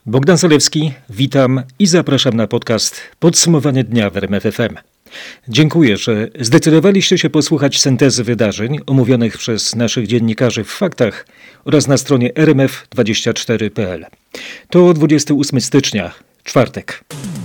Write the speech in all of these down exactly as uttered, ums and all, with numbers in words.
Bogdan Zalewski, witam i zapraszam na podcast Podsumowanie dnia w R M F F M. Dziękuję, że zdecydowaliście się posłuchać syntezy wydarzeń omówionych przez naszych dziennikarzy w Faktach oraz na stronie r m f dwadzieścia cztery kropka p l. To dwudziestego ósmego stycznia, czwartek.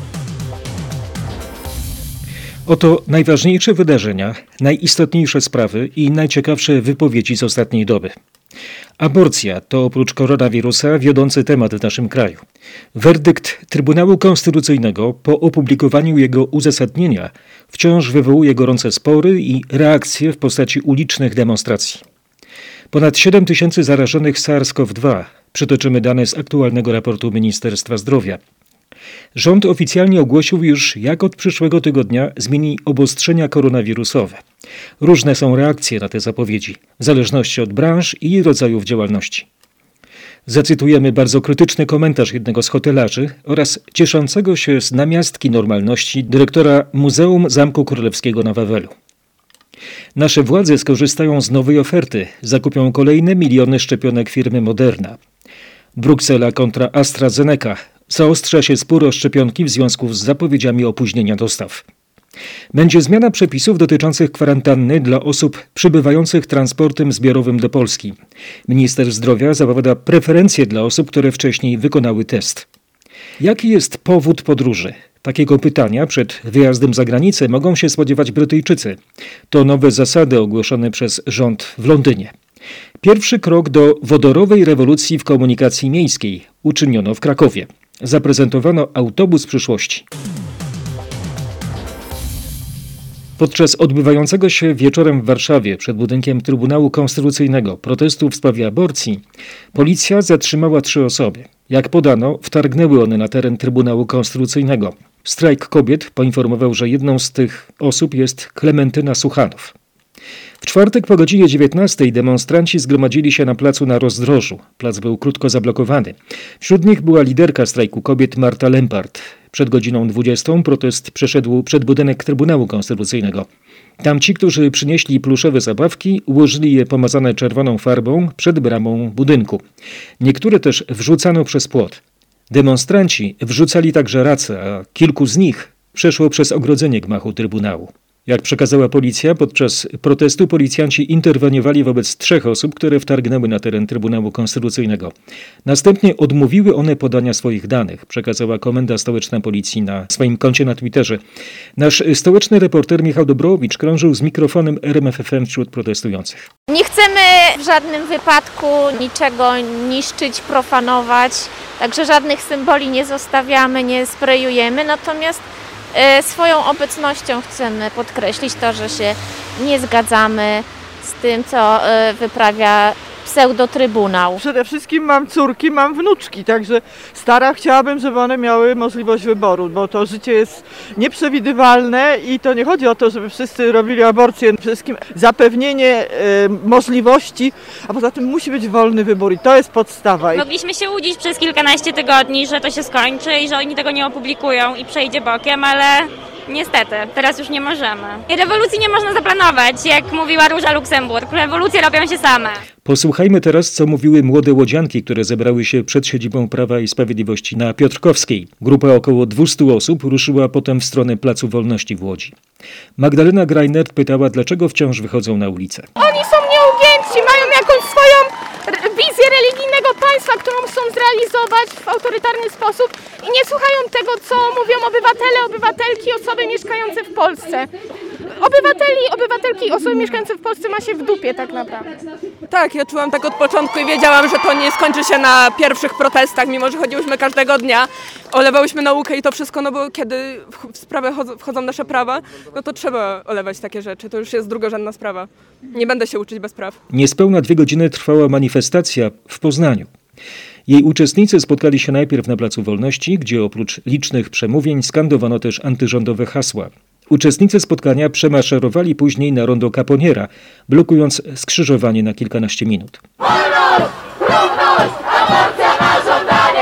Oto najważniejsze wydarzenia, najistotniejsze sprawy i najciekawsze wypowiedzi z ostatniej doby. Aborcja to oprócz koronawirusa wiodący temat w naszym kraju. Werdykt Trybunału Konstytucyjnego po opublikowaniu jego uzasadnienia wciąż wywołuje gorące spory i reakcje w postaci ulicznych demonstracji. Ponad siedem tysięcy zarażonych SARS-CoV dwa. Przytoczymy dane z aktualnego raportu Ministerstwa Zdrowia. Rząd oficjalnie ogłosił już, jak od przyszłego tygodnia zmieni obostrzenia koronawirusowe. Różne są reakcje na te zapowiedzi, w zależności od branż i rodzajów działalności. Zacytujemy bardzo krytyczny komentarz jednego z hotelarzy oraz cieszącego się z namiastki normalności dyrektora Muzeum Zamku Królewskiego na Wawelu. Nasze władze skorzystają z nowej oferty, zakupią kolejne miliony szczepionek firmy Moderna. Bruksela kontra AstraZeneca. Zaostrza się spór o szczepionki w związku z zapowiedziami opóźnienia dostaw. Będzie zmiana przepisów dotyczących kwarantanny dla osób przybywających transportem zbiorowym do Polski. Minister Zdrowia zapowiada preferencje dla osób, które wcześniej wykonały test. Jaki jest powód podróży? Takiego pytania przed wyjazdem za granicę mogą się spodziewać Brytyjczycy. To nowe zasady ogłoszone przez rząd w Londynie. Pierwszy krok do wodorowej rewolucji w komunikacji miejskiej uczyniono w Krakowie. Zaprezentowano autobus przyszłości. Podczas odbywającego się wieczorem w Warszawie przed budynkiem Trybunału Konstytucyjnego protestu w sprawie aborcji, policja zatrzymała trzy osoby. Jak podano, wtargnęły one na teren Trybunału Konstytucyjnego. Strajk Kobiet poinformował, że jedną z tych osób jest Klementyna Suchanow. W czwartek po godzinie dziewiętnastej demonstranci zgromadzili się na placu na Rozdrożu. Plac był krótko zablokowany. Wśród nich była liderka strajku kobiet Marta Lempart. Przed godziną dwudziestą protest przeszedł przed budynek Trybunału Konstytucyjnego. Tam ci, którzy przynieśli pluszowe zabawki, ułożyli je pomazane czerwoną farbą przed bramą budynku. Niektóre też wrzucano przez płot. Demonstranci wrzucali także race, a kilku z nich przeszło przez ogrodzenie gmachu Trybunału. Jak przekazała policja, podczas protestu policjanci interweniowali wobec trzech osób, które wtargnęły na teren Trybunału Konstytucyjnego. Następnie odmówiły one podania swoich danych, przekazała Komenda Stołeczna Policji na swoim koncie na Twitterze. Nasz stołeczny reporter Michał Dobrowicz krążył z mikrofonem R M F F M wśród protestujących. Nie chcemy w żadnym wypadku niczego niszczyć, profanować, także żadnych symboli nie zostawiamy, nie sprejujemy, natomiast swoją obecnością chcemy podkreślić to, że się nie zgadzamy z tym, co wyprawia pseudotrybunał. Przede wszystkim mam córki, mam wnuczki, także stara chciałabym, żeby one miały możliwość wyboru, bo to życie jest nieprzewidywalne i to nie chodzi o to, żeby wszyscy robili aborcję. Przede wszystkim zapewnienie e, możliwości, a poza tym musi być wolny wybór i to jest podstawa. Mogliśmy się łudzić przez kilkanaście tygodni, że to się skończy i że oni tego nie opublikują i przejdzie bokiem, ale niestety, teraz już nie możemy. I rewolucji nie można zaplanować, jak mówiła Róża Luksemburg. Rewolucje robią się same. Posłuchajmy teraz, co mówiły młode łodzianki, które zebrały się przed siedzibą Prawa i Sprawiedliwości na Piotrkowskiej. Grupa około dwieście osób ruszyła potem w stronę Placu Wolności w Łodzi. Magdalena Grajnert pytała, dlaczego wciąż wychodzą na ulicę. Oni są nieugięci, mają jakąś swoją wizję religijnego państwa, którą chcą zrealizować w autorytarny sposób i nie słuchają tego, co mówią obywatele, obywatelki, osoby mieszkające w Polsce. Obywateli, obywatelki i osoby mieszkające w Polsce ma się w dupie tak naprawdę. Tak, ja czułam tak od początku i wiedziałam, że to nie skończy się na pierwszych protestach, mimo że chodziłyśmy każdego dnia, olewałyśmy naukę i to wszystko, no bo kiedy w sprawę wchodzą nasze prawa, no to trzeba olewać takie rzeczy, to już jest drugorzędna sprawa. Nie będę się uczyć bez praw. Niespełna dwie godziny trwała manifestacja w Poznaniu. Jej uczestnicy spotkali się najpierw na Placu Wolności, gdzie oprócz licznych przemówień skandowano też antyrządowe hasła. Uczestnicy spotkania przemaszerowali później na rondo Kaponiera, blokując skrzyżowanie na kilkanaście minut. Wolność! Równość! Aborcja na żądanie!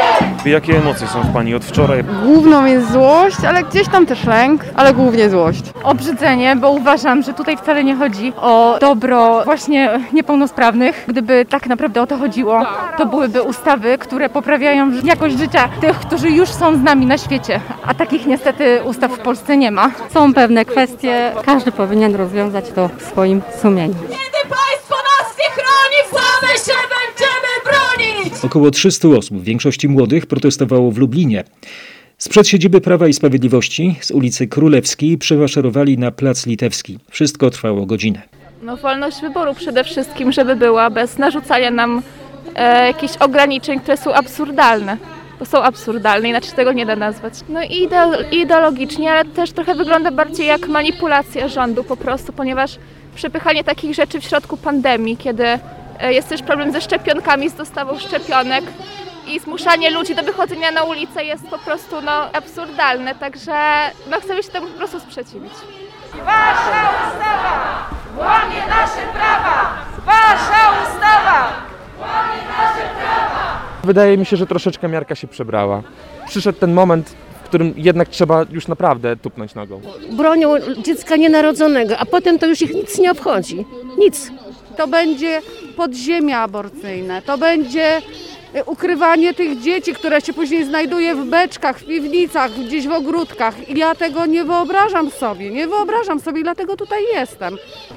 Jakie emocje są w Pani od wczoraj? Główną jest złość, ale gdzieś tam też lęk, ale głównie złość. Obrzydzenie, bo uważam, że tutaj wcale nie chodzi o dobro właśnie niepełnosprawnych. Gdyby tak naprawdę o to chodziło, to byłyby ustawy, które poprawiają jakość życia tych, którzy już są z nami na świecie, a takich niestety ustaw w Polsce nie ma. Są pewne kwestie, każdy powinien rozwiązać to w swoim sumieniu. Kiedy państwo nas nie chroni, same się będziemy bronić! Około trzysta osób, w większości młodych, protestowało w Lublinie. Sprzed siedziby Prawa i Sprawiedliwości z ulicy Królewskiej przemaszerowali na Plac Litewski. Wszystko trwało godzinę. No, wolność wyboru przede wszystkim, żeby była, bez narzucania nam e, jakichś ograniczeń, które są absurdalne. Bo są absurdalne, inaczej tego nie da nazwać. No i ideologicznie, ale też trochę wygląda bardziej jak manipulacja rządu po prostu, ponieważ przepychanie takich rzeczy w środku pandemii, kiedy e, jest też problem ze szczepionkami, z dostawą szczepionek, i zmuszanie ludzi do wychodzenia na ulicę jest po prostu no, absurdalne, także no, chcemy się temu po prostu sprzeciwić. Wasza ustawa łamie nasze prawa! Wasza ustawa łamie nasze prawa! Wydaje mi się, że troszeczkę miarka się przebrała. Przyszedł ten moment, w którym jednak trzeba już naprawdę tupnąć nogą. Bronią dziecka nienarodzonego, a potem to już ich nic nie obchodzi. Nic. To będzie podziemia aborcyjne, to będzie ukrywanie tych dzieci, które się później znajduje w beczkach, w piwnicach, gdzieś w ogródkach. I ja tego nie wyobrażam sobie, nie wyobrażam sobie, dlatego tutaj jestem.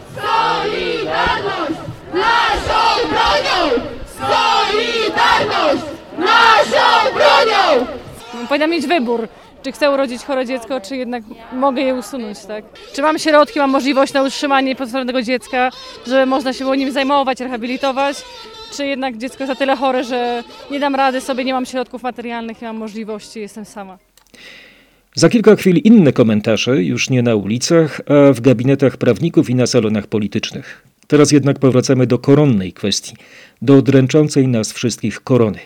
Solidarność naszą bronią! Solidarność naszą bronią! Powinna mieć wybór, czy chcę urodzić chore dziecko, czy jednak mogę je usunąć, tak? Czy mam środki, mam możliwość na utrzymanie podstawowego dziecka, że można się nim zajmować, rehabilitować, czy jednak dziecko jest na tyle chore, że nie dam rady sobie, nie mam środków materialnych, nie mam możliwości, jestem sama. Za kilka chwil inne komentarze, już nie na ulicach, a w gabinetach prawników i na salonach politycznych. Teraz jednak powracamy do koronnej kwestii, do dręczącej nas wszystkich korony.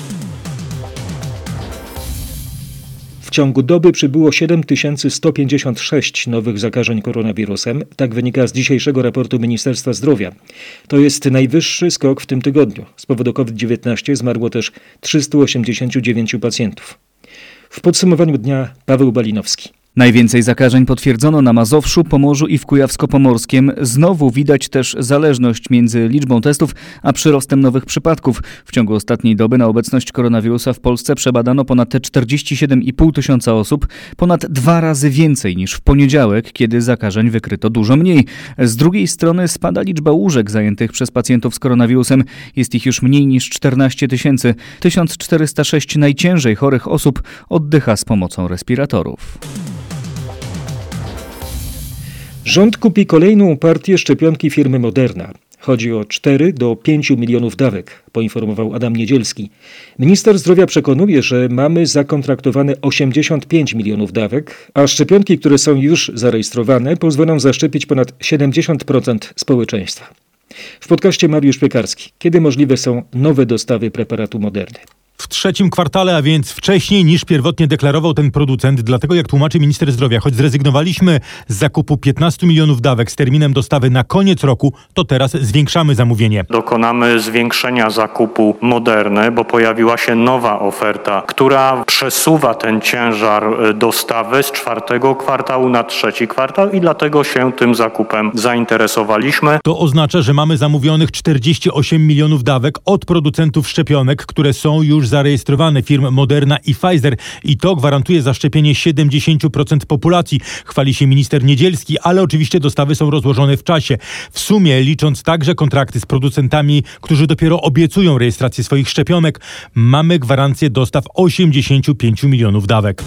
W ciągu doby przybyło siedem tysięcy sto pięćdziesiąt sześć nowych zakażeń koronawirusem, tak wynika z dzisiejszego raportu Ministerstwa Zdrowia. To jest najwyższy skok w tym tygodniu. Z powodu kowid dziewiętnaście zmarło też trzysta osiemdziesiąt dziewięć pacjentów. W podsumowaniu dnia Paweł Balinowski. Najwięcej zakażeń potwierdzono na Mazowszu, Pomorzu i w Kujawsko-Pomorskiem. Znowu widać też zależność między liczbą testów a przyrostem nowych przypadków. W ciągu ostatniej doby na obecność koronawirusa w Polsce przebadano ponad czterdzieści siedem i pół tysiąca osób, ponad dwa razy więcej niż w poniedziałek, kiedy zakażeń wykryto dużo mniej. Z drugiej strony spada liczba łóżek zajętych przez pacjentów z koronawirusem. Jest ich już mniej niż czternaście tysięcy. tysiąc czterysta sześć najciężej chorych osób oddycha z pomocą respiratorów. Rząd kupi kolejną partię szczepionki firmy Moderna. Chodzi o cztery do pięciu milionów dawek, poinformował Adam Niedzielski. Minister zdrowia przekonuje, że mamy zakontraktowane osiemdziesiąt pięć milionów dawek, a szczepionki, które są już zarejestrowane, pozwolą zaszczepić ponad siedemdziesiąt procent społeczeństwa. W podcaście Mariusz Piekarski. Kiedy możliwe są nowe dostawy preparatu Moderny? W trzecim kwartale, a więc wcześniej niż pierwotnie deklarował ten producent. Dlatego, jak tłumaczy minister zdrowia, choć zrezygnowaliśmy z zakupu piętnastu milionów dawek z terminem dostawy na koniec roku, to teraz zwiększamy zamówienie. Dokonamy zwiększenia zakupu Moderny, bo pojawiła się nowa oferta, która przesuwa ten ciężar dostawy z czwartego kwartału na trzeci kwartał i dlatego się tym zakupem zainteresowaliśmy. To oznacza, że mamy zamówionych czterdzieści osiem milionów dawek od producentów szczepionek, które są już zarejestrowane, firm Moderna i Pfizer, i to gwarantuje zaszczepienie siedemdziesiąt procent populacji. Chwali się minister Niedzielski, ale oczywiście dostawy są rozłożone w czasie. W sumie, licząc także kontrakty z producentami, którzy dopiero obiecują rejestrację swoich szczepionek, mamy gwarancję dostaw osiemdziesiąt pięć milionów dawek.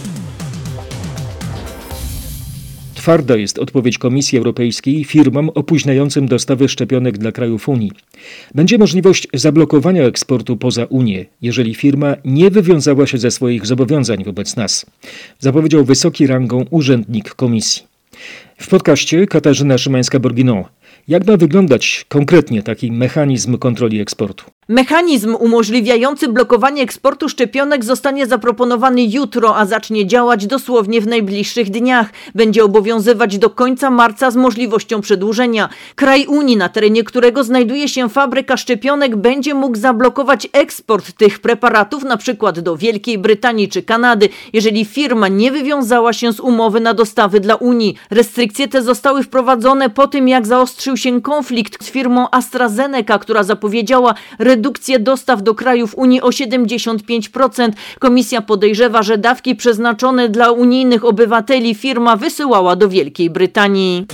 Twarda jest odpowiedź Komisji Europejskiej firmom opóźniającym dostawy szczepionek dla krajów Unii. Będzie możliwość zablokowania eksportu poza Unię, jeżeli firma nie wywiązała się ze swoich zobowiązań wobec nas, zapowiedział wysoki rangą urzędnik Komisji. W podcaście Katarzyna Szymańska-Borginą. Jak ma wyglądać konkretnie taki mechanizm kontroli eksportu? Mechanizm umożliwiający blokowanie eksportu szczepionek zostanie zaproponowany jutro, a zacznie działać dosłownie w najbliższych dniach. Będzie obowiązywać do końca marca z możliwością przedłużenia. Kraj Unii, na terenie którego znajduje się fabryka szczepionek, będzie mógł zablokować eksport tych preparatów na przykład do Wielkiej Brytanii czy Kanady, jeżeli firma nie wywiązała się z umowy na dostawy dla Unii. Restrykcje te zostały wprowadzone po tym, jak zaostrzył się konflikt z firmą AstraZeneca, która zapowiedziała redukcję dostaw do krajów Unii o siedemdziesiąt pięć procent. Komisja podejrzewa, że dawki przeznaczone dla unijnych obywateli firma wysyłała do Wielkiej Brytanii.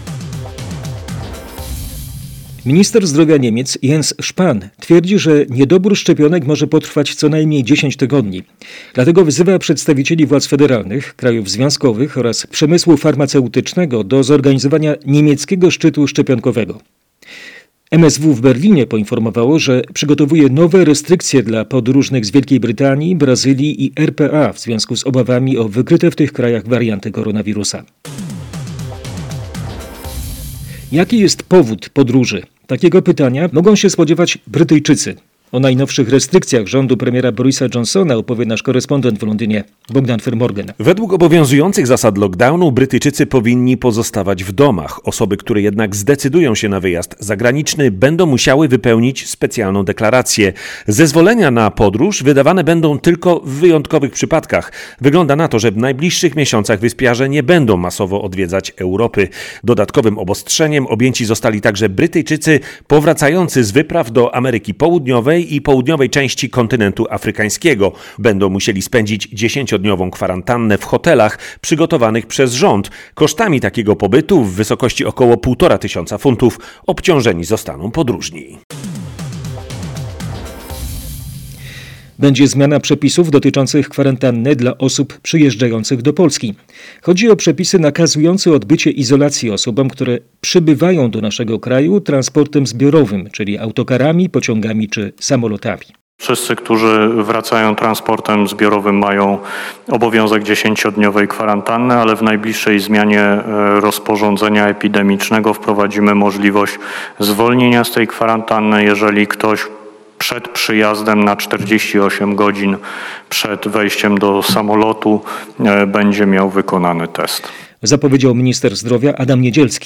Minister zdrowia Niemiec Jens Spahn twierdzi, że niedobór szczepionek może potrwać co najmniej dziesięć tygodni. Dlatego wzywa przedstawicieli władz federalnych, krajów związkowych oraz przemysłu farmaceutycznego do zorganizowania niemieckiego szczytu szczepionkowego. M S W w Berlinie poinformowało, że przygotowuje nowe restrykcje dla podróżnych z Wielkiej Brytanii, Brazylii i R P A w związku z obawami o wykryte w tych krajach warianty koronawirusa. Jaki jest powód podróży? Takiego pytania mogą się spodziewać Brytyjczycy. O najnowszych restrykcjach rządu premiera Borisa Johnsona opowie nasz korespondent w Londynie, Bogdan Fermorgen. Według obowiązujących zasad lockdownu Brytyjczycy powinni pozostawać w domach. Osoby, które jednak zdecydują się na wyjazd zagraniczny, będą musiały wypełnić specjalną deklarację. Zezwolenia na podróż wydawane będą tylko w wyjątkowych przypadkach. Wygląda na to, że w najbliższych miesiącach wyspiarze nie będą masowo odwiedzać Europy. Dodatkowym obostrzeniem objęci zostali także Brytyjczycy powracający z wypraw do Ameryki Południowej i południowej części kontynentu afrykańskiego. Będą musieli spędzić dziesięciodniową kwarantannę w hotelach przygotowanych przez rząd. Kosztami takiego pobytu w wysokości około półtora tysiąca funtów obciążeni zostaną podróżni. Będzie zmiana przepisów dotyczących kwarantanny dla osób przyjeżdżających do Polski. Chodzi o przepisy nakazujące odbycie izolacji osobom, które przybywają do naszego kraju transportem zbiorowym, czyli autokarami, pociągami czy samolotami. Wszyscy, którzy wracają transportem zbiorowym, mają obowiązek dziesięciodniowej kwarantanny, ale w najbliższej zmianie rozporządzenia epidemicznego wprowadzimy możliwość zwolnienia z tej kwarantanny, jeżeli ktoś przed przyjazdem na czterdzieści osiem godzin przed wejściem do samolotu będzie miał wykonany test. Zapowiedział minister zdrowia Adam Niedzielski.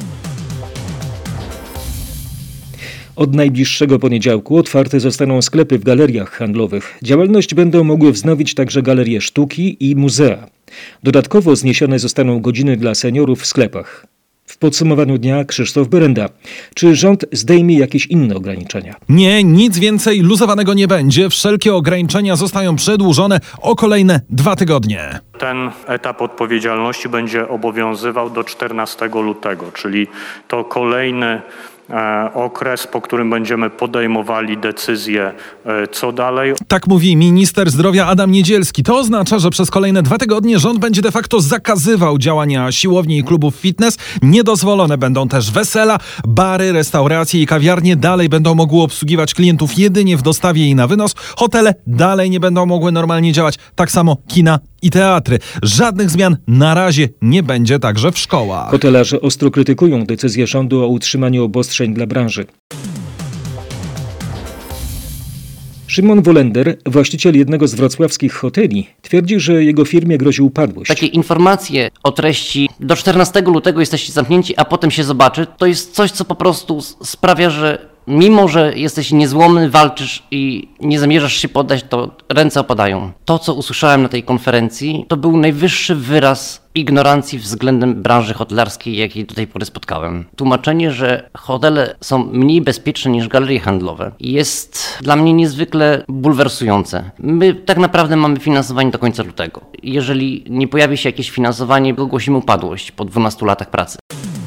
Od najbliższego poniedziałku otwarte zostaną sklepy w galeriach handlowych. Działalność będą mogły wznowić także galerie sztuki i muzea. Dodatkowo zniesione zostaną godziny dla seniorów w sklepach. W podsumowaniu dnia Krzysztof Berenda. Czy rząd zdejmie jakieś inne ograniczenia? Nie, nic więcej luzowanego nie będzie. Wszelkie ograniczenia zostają przedłużone o kolejne dwa tygodnie. Ten etap odpowiedzialności będzie obowiązywał do czternastego lutego, czyli to kolejny okres, po którym będziemy podejmowali decyzję, co dalej. Tak mówi minister zdrowia Adam Niedzielski. To oznacza, że przez kolejne dwa tygodnie rząd będzie de facto zakazywał działania siłowni i klubów fitness. Niedozwolone będą też wesela, bary, restauracje i kawiarnie dalej będą mogły obsługiwać klientów jedynie w dostawie i na wynos. Hotele dalej nie będą mogły normalnie działać. Tak samo kina i teatry. Żadnych zmian na razie nie będzie także w szkołach. Hotelarze ostro krytykują decyzję rządu o utrzymaniu obostrzeń dla branży. Szymon Wolender, właściciel jednego z wrocławskich hoteli, twierdzi, że jego firmie grozi upadłość. Takie informacje o treści do czternastego lutego jesteście zamknięci, a potem się zobaczy, to jest coś, co po prostu sprawia, że mimo że jesteś niezłomny, walczysz i nie zamierzasz się poddać, to ręce opadają. To, co usłyszałem na tej konferencji, to był najwyższy wyraz ignorancji względem branży hotelarskiej, jakiej do tej pory spotkałem. Tłumaczenie, że hotele są mniej bezpieczne niż galerie handlowe, jest dla mnie niezwykle bulwersujące. My tak naprawdę mamy finansowanie do końca lutego. Jeżeli nie pojawi się jakieś finansowanie, ogłosimy upadłość po dwunastu latach pracy.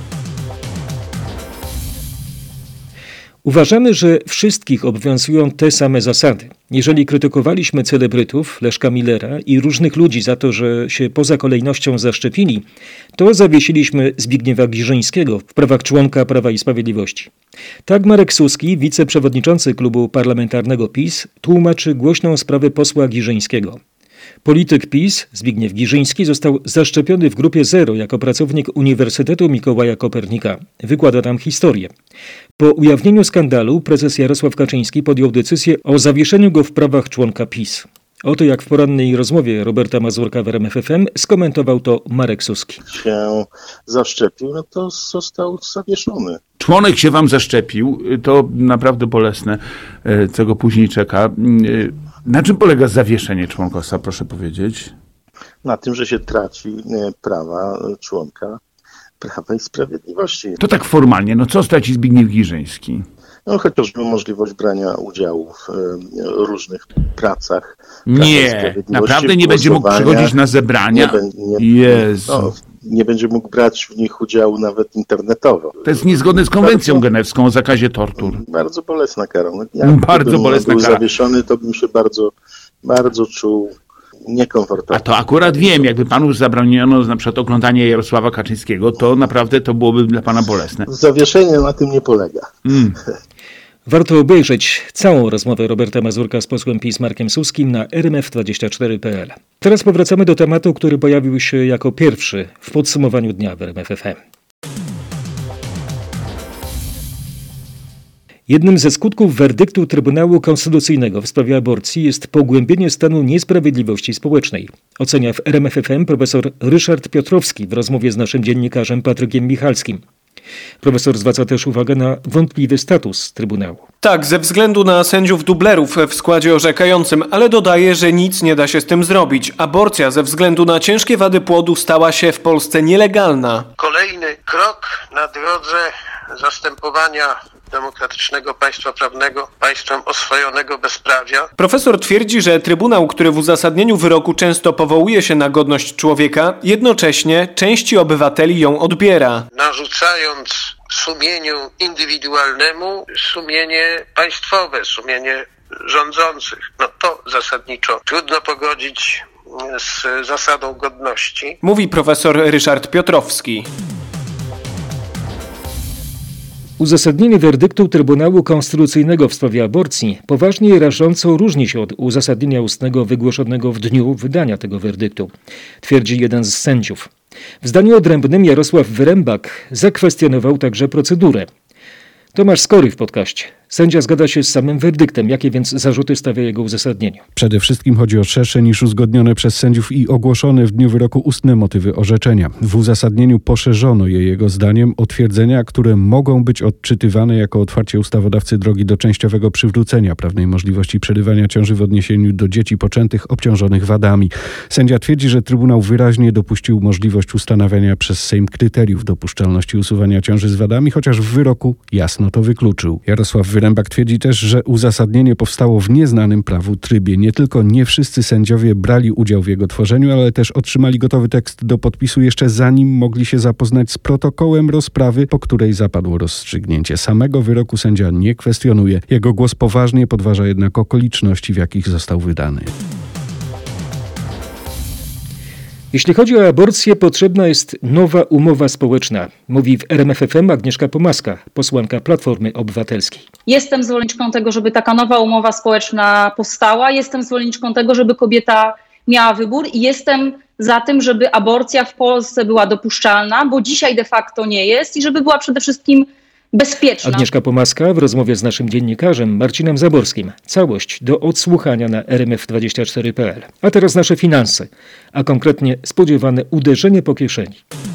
Uważamy, że wszystkich obowiązują te same zasady. Jeżeli krytykowaliśmy celebrytów, Leszka Millera i różnych ludzi za to, że się poza kolejnością zaszczepili, to zawiesiliśmy Zbigniewa Giżyńskiego w prawach członka Prawa i Sprawiedliwości. Tak Marek Suski, wiceprzewodniczący klubu parlamentarnego PiS, tłumaczy głośną sprawę posła Giżyńskiego. Polityk PiS Zbigniew Giżyński został zaszczepiony w grupie zero jako pracownik Uniwersytetu Mikołaja Kopernika. Wykłada tam historię. Po ujawnieniu skandalu prezes Jarosław Kaczyński podjął decyzję o zawieszeniu go w prawach członka PiS. Oto jak w porannej rozmowie Roberta Mazurka w R M F F M skomentował to Marek Suski. Się zaszczepił, no to został zawieszony. Członek się wam zaszczepił, to naprawdę bolesne, co go później czeka. Na czym polega zawieszenie członkostwa, proszę powiedzieć? Na tym, że się traci prawa członka Prawa i Sprawiedliwości. To tak formalnie, no co straci Zbigniew Giżyński? No chociażby możliwość brania udziału w e, różnych pracach. Nie, naprawdę nie będzie mógł przychodzić na zebrania? Nie, nie, Jezu. No, nie będzie mógł brać w nich udziału nawet internetowo. To jest niezgodne z konwencją bardzo, genewską o zakazie tortur. Bardzo bolesna kara. No, ja bardzo bolesna był kara. zawieszony, to bym się bardzo, bardzo czuł niekomfortowo. A to akurat wiem, jakby panu zabroniono na przykład oglądania Jarosława Kaczyńskiego, to naprawdę to byłoby dla pana bolesne. Zawieszenie na tym nie polega. Mm. Warto obejrzeć całą rozmowę Roberta Mazurka z posłem PiS Markiem Suskim na r m f dwadzieścia cztery kropka p l. Teraz powracamy do tematu, który pojawił się jako pierwszy w podsumowaniu dnia w R M F F M. Jednym ze skutków werdyktu Trybunału Konstytucyjnego w sprawie aborcji jest pogłębienie stanu niesprawiedliwości społecznej. Ocenia w R M F F M profesor Ryszard Piotrowski w rozmowie z naszym dziennikarzem Patrykiem Michalskim. Profesor zwraca też uwagę na wątpliwy status Trybunału. Tak, ze względu na sędziów dublerów w składzie orzekającym, ale dodaje, że nic nie da się z tym zrobić. Aborcja ze względu na ciężkie wady płodu stała się w Polsce nielegalna. Kolejny krok na drodze zastępowania demokratycznego państwa prawnego państwem oswojonego bezprawia. Profesor twierdzi, że Trybunał, który w uzasadnieniu wyroku często powołuje się na godność człowieka, jednocześnie części obywateli ją odbiera. Narzucając sumieniu indywidualnemu sumienie państwowe, sumienie rządzących. No to zasadniczo trudno pogodzić z zasadą godności. Mówi profesor Ryszard Piotrowski. Uzasadnienie werdyktu Trybunału Konstytucyjnego w sprawie aborcji poważnie i rażąco różni się od uzasadnienia ustnego wygłoszonego w dniu wydania tego werdyktu, twierdzi jeden z sędziów. W zdaniu odrębnym Jarosław Wyrembak zakwestionował także procedurę. Tomasz Skory w podcaście. Sędzia zgadza się z samym werdyktem. Jakie więc zarzuty stawia jego uzasadnieniu? Przede wszystkim chodzi o szersze niż uzgodnione przez sędziów i ogłoszone w dniu wyroku ustne motywy orzeczenia. W uzasadnieniu poszerzono je jego zdaniem o twierdzenia, które mogą być odczytywane jako otwarcie ustawodawcy drogi do częściowego przywrócenia prawnej możliwości przerywania ciąży w odniesieniu do dzieci poczętych obciążonych wadami. Sędzia twierdzi, że Trybunał wyraźnie dopuścił możliwość ustanawiania przez Sejm kryteriów dopuszczalności usuwania ciąży z wadami, chociaż w wyroku jasno to wykluczył. Jarosław Wyrembak twierdzi też, że uzasadnienie powstało w nieznanym prawu trybie. Nie tylko nie wszyscy sędziowie brali udział w jego tworzeniu, ale też otrzymali gotowy tekst do podpisu jeszcze zanim mogli się zapoznać z protokołem rozprawy, po której zapadło rozstrzygnięcie. Samego wyroku sędzia nie kwestionuje. Jego głos poważnie podważa jednak okoliczności, w jakich został wydany. Jeśli chodzi o aborcję, potrzebna jest nowa umowa społeczna, mówi w R M F F M Agnieszka Pomaska, posłanka Platformy Obywatelskiej. Jestem zwolenniczką tego, żeby taka nowa umowa społeczna powstała. Jestem zwolenniczką tego, żeby kobieta miała wybór i jestem za tym, żeby aborcja w Polsce była dopuszczalna, bo dzisiaj de facto nie jest i żeby była przede wszystkim bezpieczna. Agnieszka Pomaska w rozmowie z naszym dziennikarzem Marcinem Zaborskim. Całość do odsłuchania na r m f dwadzieścia cztery kropka p l. A teraz nasze finanse, a konkretnie spodziewane uderzenie po kieszeni.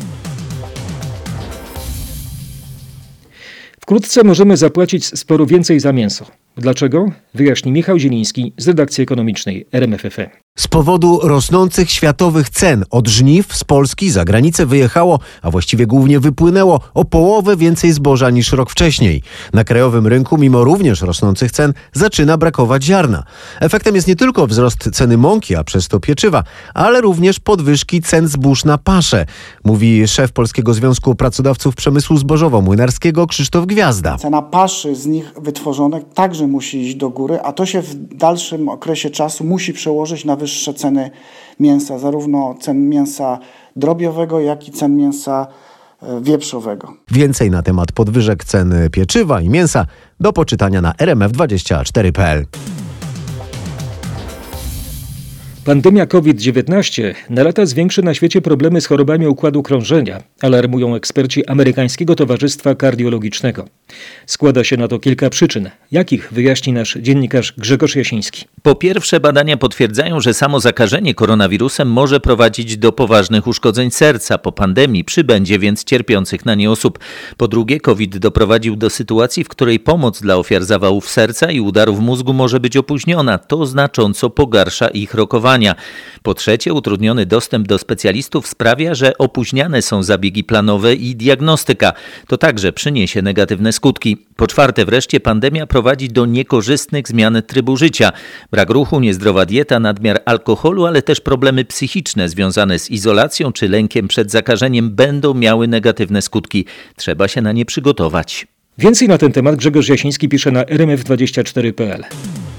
Wkrótce możemy zapłacić sporo więcej za mięso. Dlaczego? Wyjaśni Michał Zieliński z redakcji ekonomicznej R M F F M. Z powodu rosnących światowych cen od żniw z Polski za granicę wyjechało, a właściwie głównie wypłynęło o połowę więcej zboża niż rok wcześniej. Na krajowym rynku, mimo również rosnących cen, zaczyna brakować ziarna. Efektem jest nie tylko wzrost ceny mąki, a przez to pieczywa, ale również podwyżki cen zbóż na paszę, mówi szef Polskiego Związku Pracodawców Przemysłu Zbożowo-Młynarskiego Krzysztof Gwiazda. Cena paszy z nich wytworzonych także musi iść do góry, a to się w dalszym okresie czasu musi przełożyć na wyższe ceny mięsa, zarówno cen mięsa drobiowego, jak i cen mięsa wieprzowego. Więcej na temat podwyżek cen pieczywa i mięsa do poczytania na r m f dwadzieścia cztery kropka p l. Pandemia COVID dziewiętnaście na lata zwiększy na świecie problemy z chorobami układu krążenia, alarmują eksperci Amerykańskiego Towarzystwa Kardiologicznego. Składa się na to kilka przyczyn. Jakich wyjaśni nasz dziennikarz Grzegorz Jasiński. Po pierwsze, badania potwierdzają, że samo zakażenie koronawirusem może prowadzić do poważnych uszkodzeń serca. Po pandemii przybędzie więc cierpiących na nie osób. Po drugie, COVID doprowadził do sytuacji, w której pomoc dla ofiar zawałów serca i udarów mózgu może być opóźniona. To znacząco pogarsza ich rokowanie. Po trzecie, utrudniony dostęp do specjalistów sprawia, że opóźniane są zabiegi planowe i diagnostyka. To także przyniesie negatywne skutki. Po czwarte wreszcie, pandemia prowadzi do niekorzystnych zmian trybu życia. Brak ruchu, niezdrowa dieta, nadmiar alkoholu, ale też problemy psychiczne związane z izolacją czy lękiem przed zakażeniem będą miały negatywne skutki. Trzeba się na nie przygotować. Więcej na ten temat Grzegorz Jasiński pisze na r m f dwadzieścia cztery kropka p l.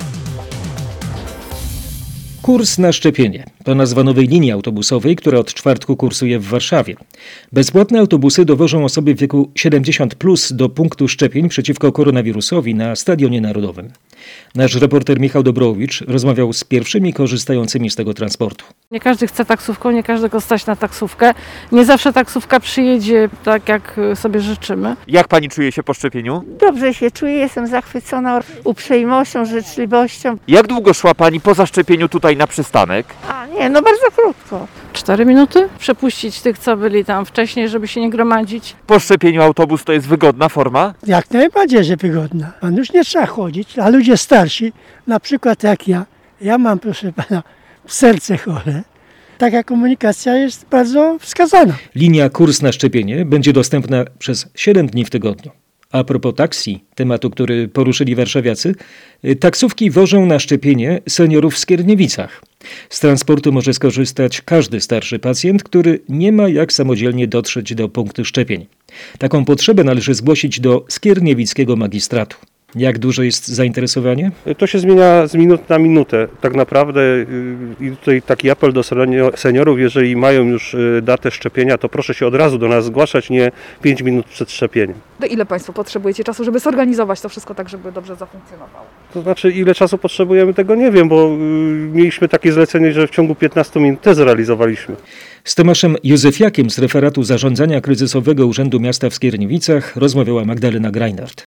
Kurs na szczepienie to nazwa nowej linii autobusowej, która od czwartku kursuje w Warszawie. Bezpłatne autobusy dowożą osoby w wieku siedemdziesiąt plus do punktu szczepień przeciwko koronawirusowi na Stadionie Narodowym. Nasz reporter Michał Dobrowicz rozmawiał z pierwszymi korzystającymi z tego transportu. Nie każdy chce taksówką, nie każdego stać na taksówkę. Nie zawsze taksówka przyjedzie tak, jak sobie życzymy. Jak pani czuje się po szczepieniu? Dobrze się czuję, jestem zachwycona uprzejmością, życzliwością. Jak długo szła pani po zaszczepieniu tutaj na przystanek? A nie, no bardzo krótko. Cztery minuty? Przepuścić tych, co byli tam wcześniej, żeby się nie gromadzić. Po szczepieniu autobus to jest wygodna forma? Jak najbardziej, że wygodna. Pan już nie trzeba chodzić, a ludzie starsi, na przykład jak ja, ja mam, proszę pana, serce chore. Taka komunikacja jest bardzo wskazana. Linia Kurs na szczepienie będzie dostępna przez siedem dni w tygodniu. A propos taksi, tematu, który poruszyli warszawiacy, taksówki wożą na szczepienie seniorów w Skierniewicach. Z transportu może skorzystać każdy starszy pacjent, który nie ma jak samodzielnie dotrzeć do punktu szczepień. Taką potrzebę należy zgłosić do skierniewickiego magistratu. Jak duże jest zainteresowanie? To się zmienia z minut na minutę. Tak naprawdę i tutaj taki apel do seniorów, jeżeli mają już datę szczepienia, to proszę się od razu do nas zgłaszać, nie pięć minut przed szczepieniem. To ile Państwo potrzebujecie czasu, żeby zorganizować to wszystko tak, żeby dobrze zafunkcjonowało? To znaczy, ile czasu potrzebujemy, tego nie wiem, bo mieliśmy takie zlecenie, że w ciągu piętnastu minut te zrealizowaliśmy. Z Tomaszem Józefiakiem z referatu zarządzania kryzysowego Urzędu Miasta w Skierniewicach rozmawiała Magdalena Greinert.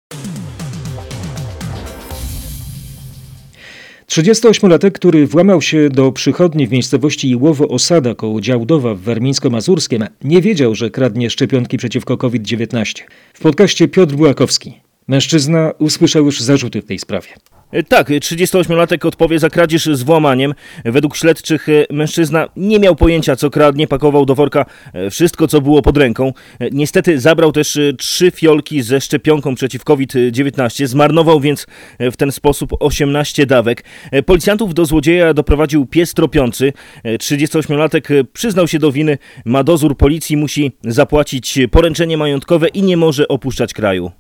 trzydziestoośmiolatek, który włamał się do przychodni w miejscowości Iłowo-Osada koło Działdowa w Warmińsko-Mazurskiem, nie wiedział, że kradnie szczepionki przeciwko COVID dziewiętnaście. W podcaście Piotr Bułakowski. Mężczyzna usłyszał już zarzuty w tej sprawie. Tak, trzydziestoośmiolatek odpowie za kradzież z włamaniem. Według śledczych mężczyzna nie miał pojęcia, co kradnie, pakował do worka wszystko, co było pod ręką. Niestety zabrał też trzy fiolki ze szczepionką przeciw COVID dziewiętnaście, zmarnował więc w ten sposób osiemnaście dawek. Policjantów do złodzieja doprowadził pies tropiący. trzydziestoośmiolatek przyznał się do winy, ma dozór policji, musi zapłacić poręczenie majątkowe i nie może opuszczać kraju.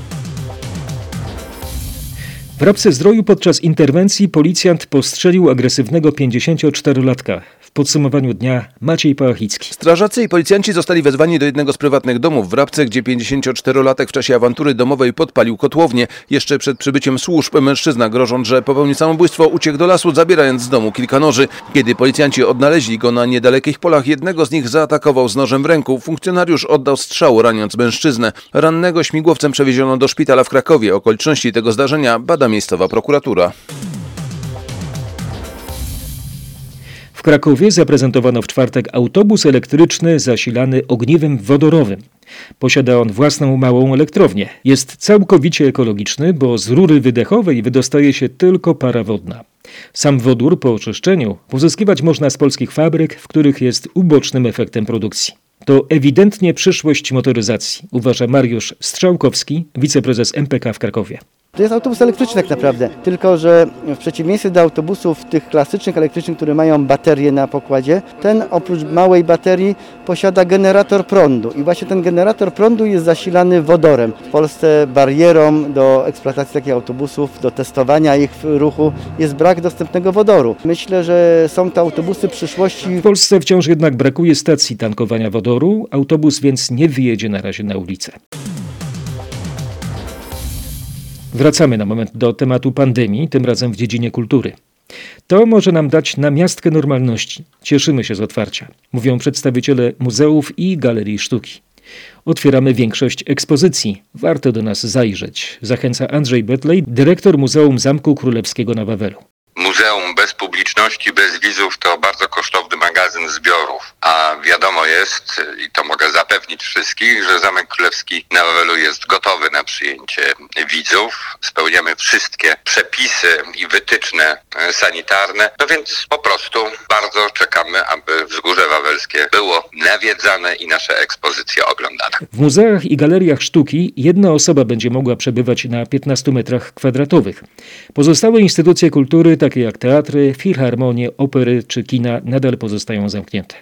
W Rabce-Zdroju podczas interwencji policjant postrzelił agresywnego pięćdziesięcioczterolatka. W podsumowaniu dnia Maciej Pałachicki. Strażacy i policjanci zostali wezwani do jednego z prywatnych domów w Rabce, gdzie pięćdziesięcioczterolatek w czasie awantury domowej podpalił kotłownię. Jeszcze przed przybyciem służb mężczyzna, grożąc, że popełni samobójstwo, uciekł do lasu, zabierając z domu kilka noży. Kiedy policjanci odnaleźli go na niedalekich polach, jednego z nich zaatakował z nożem w ręku. Funkcjonariusz oddał strzał, raniąc mężczyznę. Rannego śmigłowcem przewieziono do szpitala w Krakowie. Okoliczności tego zdarzenia bada miejscowa prokuratura. W Krakowie zaprezentowano w czwartek autobus elektryczny zasilany ogniwem wodorowym. Posiada on własną małą elektrownię. Jest całkowicie ekologiczny, bo z rury wydechowej wydostaje się tylko para wodna. Sam wodór po oczyszczeniu pozyskiwać można z polskich fabryk, w których jest ubocznym efektem produkcji. To ewidentnie przyszłość motoryzacji, uważa Mariusz Strzałkowski, wiceprezes M P K w Krakowie. To jest autobus elektryczny tak naprawdę, tylko że w przeciwieństwie do autobusów tych klasycznych elektrycznych, które mają baterię na pokładzie, ten oprócz małej baterii posiada generator prądu i właśnie ten generator prądu jest zasilany wodorem. W Polsce barierą do eksploatacji takich autobusów, do testowania ich w ruchu jest brak dostępnego wodoru. Myślę, że są to autobusy przyszłości. W Polsce wciąż jednak brakuje stacji tankowania wodoru, autobus więc nie wyjedzie na razie na ulicę. Wracamy na moment do tematu pandemii, tym razem w dziedzinie kultury. To może nam dać namiastkę normalności. Cieszymy się z otwarcia, mówią przedstawiciele muzeów i galerii sztuki. Otwieramy większość ekspozycji. Warto do nas zajrzeć, zachęca Andrzej Betlej, dyrektor Muzeum Zamku Królewskiego na Wawelu. Muzeum bez publiczności, bez widzów to bardzo kosztowny magazyn zbiorów, a wiadomo jest, i to mogę zapewnić wszystkich, że Zamek Królewski na Wawelu jest gotowy na przyjęcie widzów. Spełniamy wszystkie przepisy i wytyczne sanitarne, no więc po prostu bardzo czekamy, aby Wzgórze Wawelskie było nawiedzane i nasze ekspozycje oglądane. W muzeach i galeriach sztuki jedna osoba będzie mogła przebywać na piętnastu metrach kwadratowych. Pozostałe instytucje kultury, takie jak teatry, filharmonie, opery czy kina, nadal pozostają zamknięte.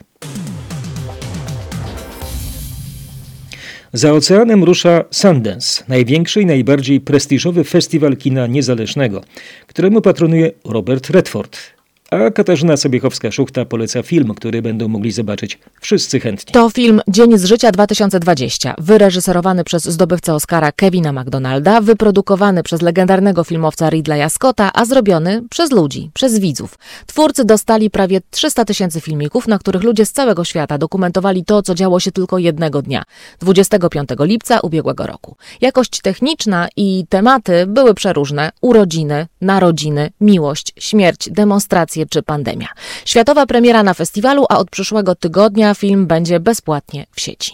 Za oceanem rusza Sundance, największy i najbardziej prestiżowy festiwal kina niezależnego, któremu patronuje Robert Redford. A Katarzyna Sobiechowska-Szuchta poleca film, który będą mogli zobaczyć wszyscy chętni. To film Dzień z życia dwa tysiące dwudziesty, wyreżyserowany przez zdobywcę Oscara Kevina McDonalda, wyprodukowany przez legendarnego filmowca Ridleya Scotta, a zrobiony przez ludzi, przez widzów. Twórcy dostali prawie trzysta tysięcy filmików, na których ludzie z całego świata dokumentowali to, co działo się tylko jednego dnia, dwudziestego piątego lipca ubiegłego roku. Jakość techniczna i tematy były przeróżne: urodziny, narodziny, miłość, śmierć, demonstracje czy pandemia. Światowa premiera na festiwalu, a od przyszłego tygodnia film będzie bezpłatnie w sieci.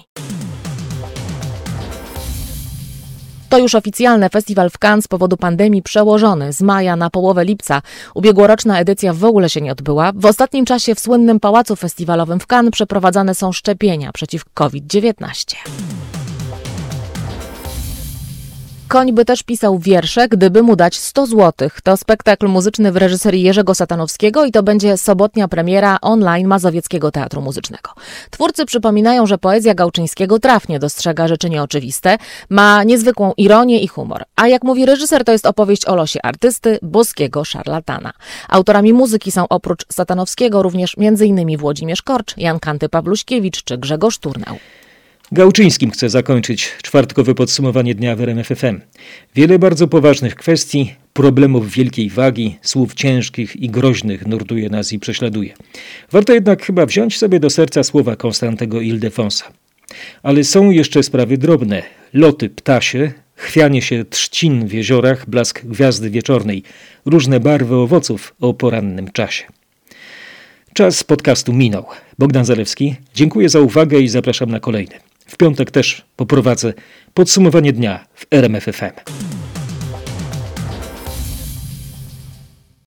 To już oficjalne, festiwal w Cannes z powodu pandemii przełożony z maja na połowę lipca. Ubiegłoroczna edycja w ogóle się nie odbyła. W ostatnim czasie w słynnym pałacu festiwalowym w Cannes przeprowadzane są szczepienia przeciw kowid dziewiętnaście. Koń by też pisał wiersze, gdyby mu dać sto złotych. To spektakl muzyczny w reżyserii Jerzego Satanowskiego i to będzie sobotnia premiera online Mazowieckiego Teatru Muzycznego. Twórcy przypominają, że poezja Gałczyńskiego trafnie dostrzega rzeczy nieoczywiste, ma niezwykłą ironię i humor. A jak mówi reżyser, to jest opowieść o losie artysty, boskiego szarlatana. Autorami muzyki są oprócz Satanowskiego również m.in. Włodzimierz Korcz, Jan Kanty-Pawluśkiewicz czy Grzegorz Turnał. Gałczyńskim chcę zakończyć czwartkowe podsumowanie dnia w R M F F M. Wiele bardzo poważnych kwestii, problemów wielkiej wagi, słów ciężkich i groźnych nurtuje nas i prześladuje. Warto jednak chyba wziąć sobie do serca słowa Konstantego Ildefonsa. Ale są jeszcze sprawy drobne. Loty ptasie, chwianie się trzcin w jeziorach, blask gwiazdy wieczornej, różne barwy owoców o porannym czasie. Czas podcastu minął. Bogdan Zalewski, dziękuję za uwagę i zapraszam na kolejny. W piątek też poprowadzę podsumowanie dnia w R M F F M.